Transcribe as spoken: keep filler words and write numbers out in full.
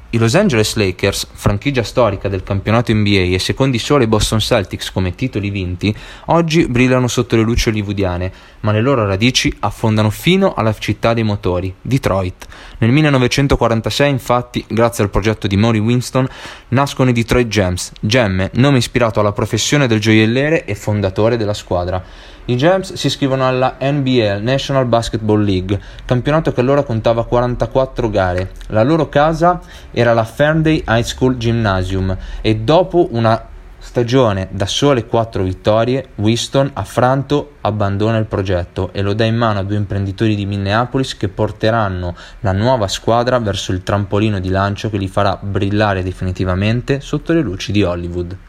I Los Angeles Lakers, franchigia storica del campionato N B A e secondi solo ai Boston Celtics come titoli vinti, oggi brillano sotto le luci hollywoodiane, ma le loro radici affondano fino alla città dei motori, Detroit. Nel millenovecentoquarantasei, infatti, grazie al progetto di Maury Winston, nascono i Detroit Gems, gemme, nome ispirato alla professione del gioielliere e fondatore della squadra. I Gems si iscrivono alla N B L, National Basketball League, campionato che allora contava quarantaquattro gare. La loro casa era la Ferndale High School Gymnasium e dopo una stagione da sole quattro vittorie, Winston, affranto, abbandona il progetto e lo dà in mano a due imprenditori di Minneapolis che porteranno la nuova squadra verso il trampolino di lancio che li farà brillare definitivamente sotto le luci di Hollywood.